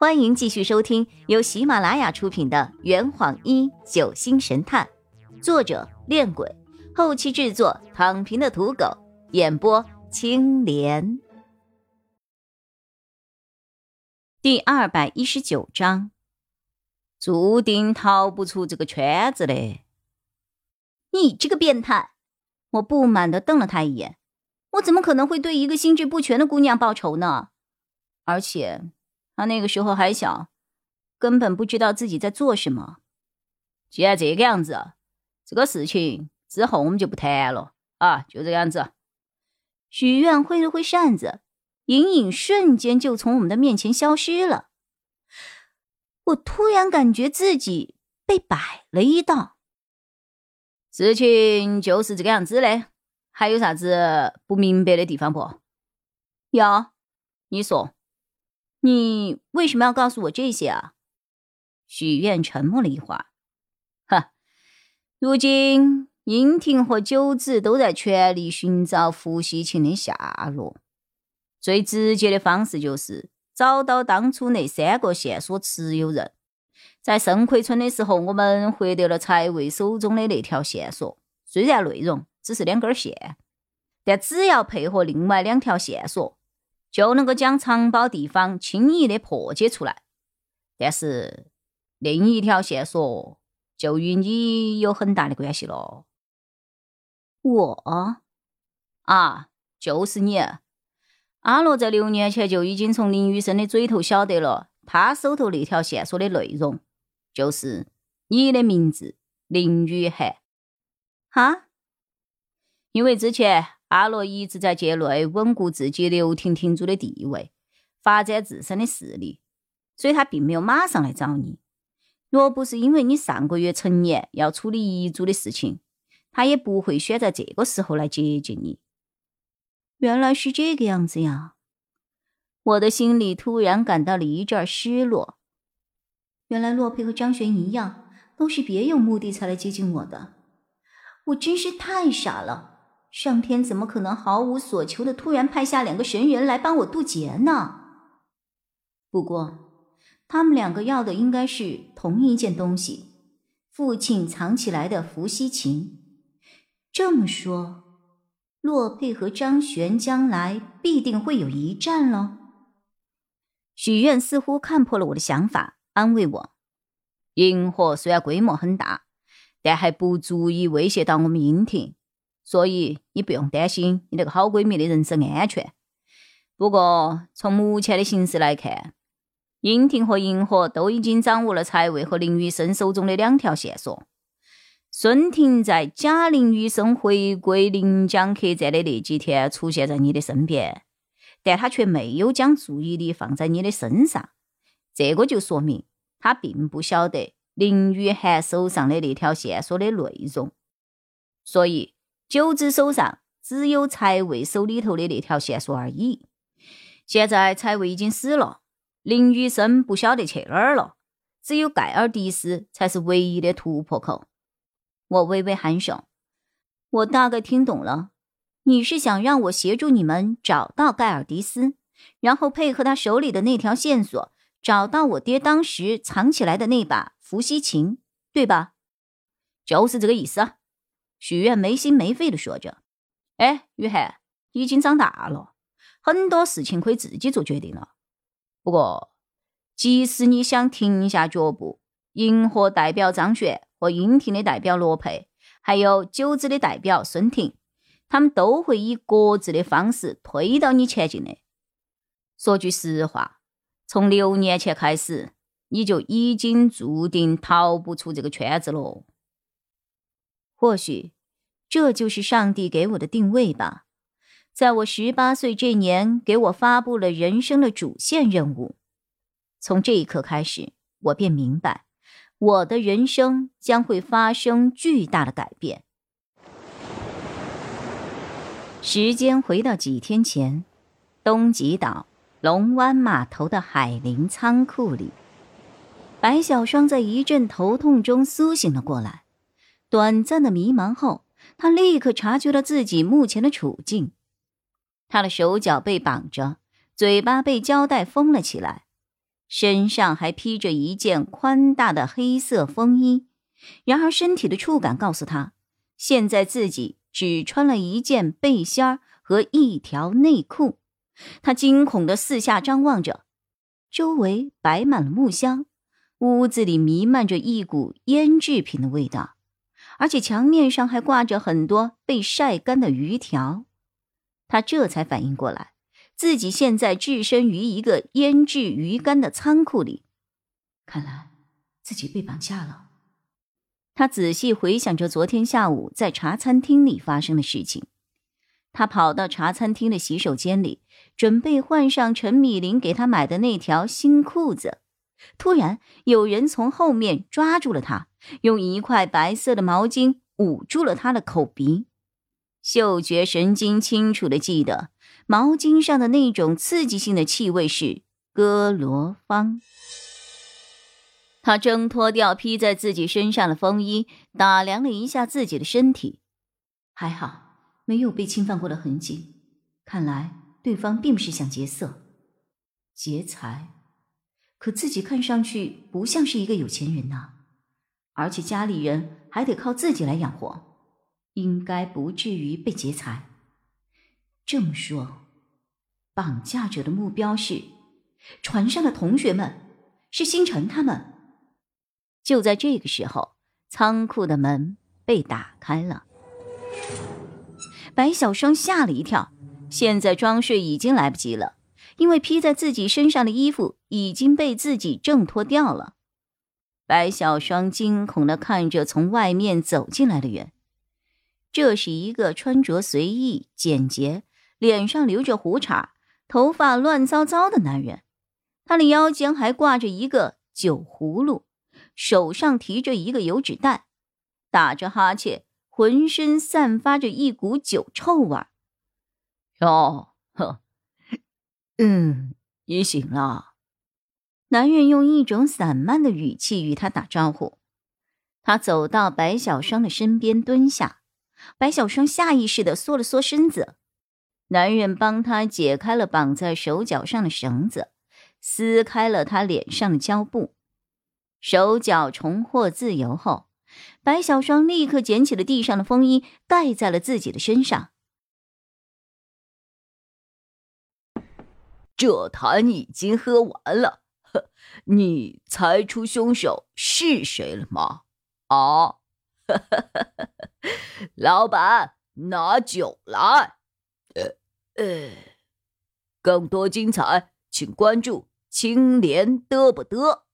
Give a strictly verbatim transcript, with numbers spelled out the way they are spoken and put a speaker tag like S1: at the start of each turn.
S1: 欢迎继续收听由喜马拉雅出品的《圆谎一九星神探》，作者恋鬼，后期制作躺平的土狗，演播青莲。第二百一十九章，注定逃不出这个圈子嘞！你这个变态！我不满地瞪了他一眼，我怎么可能会对一个心智不全的姑娘报仇呢？而且他那个时候还小，根本不知道自己在做什么。既然这个样子，这个事情之后我们就不谈了啊，就这个样子。许愿挥了挥扇子，隐隐瞬间就从我们的面前消失了。我突然感觉自己被摆了一道。事情就是这个样子嘞，还有啥子不明白的地方不？有，你说。你为什么要告诉我这些啊？许愿沉默了一会儿。哈，如今殷婷和九子都在全力寻找傅西晴的下落，最直接的方式就是找到当初那三个线索持有人。在盛奎村的时候，我们获得了财卫手中的那条线索，虽然内容只是两根线，但只要配合另外两条线索，就能够将藏宝地方轻易的破解出来。但是另一条线索就与你有很大的关系了。我？啊，就是你。阿罗在六年前就已经从林雨生的嘴头晓得了他手头那条线索的内容，就是你的名字林雨涵。哈？因为之前阿罗一直在界内稳固自己刘婷婷主的地位，发展自身的势力，所以他并没有马上来找你。若不是因为你上个月成年要处理遗嘱的事情，他也不会选在这个时候来接近你。原来是这个样子呀！我的心里突然感到了一阵失落。原来洛佩和张璇一样，都是别有目的才来接近我的。我真是太傻了，上天怎么可能毫无所求的突然派下两个神人来帮我渡劫呢？不过他们两个要的应该是同一件东西，父亲藏起来的伏羲琴。这么说，洛佩和张璇将来必定会有一战了。许愿似乎看破了我的想法，安慰我：萤火虽然规模很大，但还不足以威胁到我们殷婷，所以你不用担心你那个好闺蜜的人身安全。不过从目前的形势来看，殷婷和萤火都已经掌握了财卫和林雨生手中的两条线索。孙婷在假林雨生回归临江客栈的那几天出现在你的身边，但他却没有将注意力放在你的身上，这个就说明他并不晓得林雨涵手上的那条线索的内容。所以九子手上只有财卫手里头的那条线索而已。现在财卫已经死了，林雨生不晓得去哪儿了，只有盖尔迪斯才是唯一的突破口。我微微颔首，我大概听懂了，你是想让我协助你们找到盖尔迪斯，然后配合他手里的那条线索，找到我爹当时藏起来的那把伏羲琴，对吧？就是这个意思啊。许愿没心没肺地说着。哎，雨涵，已经长大了，很多事情可以自己做决定了。不过即使你想停下脚步，萤火代表张璇和殷婷的代表罗佩，还有九子的代表孙婷，他们都会以各自的方式推到你前进的。说句实话，从六年前开始，你就已经注定逃不出这个圈子了。或许这就是上帝给我的定位吧，在我十八岁这年给我发布了人生的主线任务。从这一刻开始，我便明白我的人生将会发生巨大的改变。时间回到几天前，东极岛龙湾码头的海灵仓库里，白小霜在一阵头痛中苏醒了过来。短暂的迷茫后，他立刻察觉到自己目前的处境。他的手脚被绑着，嘴巴被胶带封了起来， 身上还披着一件宽大的黑色风衣，然而身体的触感告诉他，现在自己只穿了一件背心儿和一条内裤。他惊恐地四下张望着，周围摆满了木箱，屋子里弥漫着一股腌制品的味道，而且墙面上还挂着很多被晒干的鱼条。他这才反应过来，自己现在置身于一个腌制鱼干的仓库里，看来自己被绑架了。他仔细回想着昨天下午在茶餐厅里发生的事情。他跑到茶餐厅的洗手间里，准备换上陈米林给他买的那条新裤子。突然有人从后面抓住了他，用一块白色的毛巾捂住了他的口鼻。嗅觉神经清楚地记得，毛巾上的那种刺激性的气味是哥罗芳。他挣脱掉披在自己身上的风衣，打量了一下自己的身体，还好没有被侵犯过的痕迹，看来对方并不是想劫色。劫财？可自己看上去不像是一个有钱人呐，而且家里人还得靠自己来养活，应该不至于被劫财。这么说，绑架者的目标是船上的同学们，是星辰他们。就在这个时候，仓库的门被打开了。白小双吓了一跳，现在装睡已经来不及了，因为披在自己身上的衣服已经被自己挣脱掉了。白小双惊恐地看着从外面走进来的人，这是一个穿着随意、简洁，脸上留着胡茬，头发乱糟糟的男人。他的腰间还挂着一个酒葫芦，手上提着一个油纸袋，打着哈欠，浑身散发着一股酒臭味。哟，呵，嗯，你醒了。男人用一种散漫的语气与他打招呼。他走到白小双的身边蹲下，白小双下意识地缩了缩身子。男人帮他解开了绑在手脚上的绳子，撕开了他脸上的胶布。手脚重获自由后，白小双立刻捡起了地上的风衣，盖在了自己的身上。
S2: 这坛已经喝完了，呵，你猜出凶手是谁了吗？啊，老板，拿酒来。呃呃，更多精彩，请关注青莲嘚不嘚。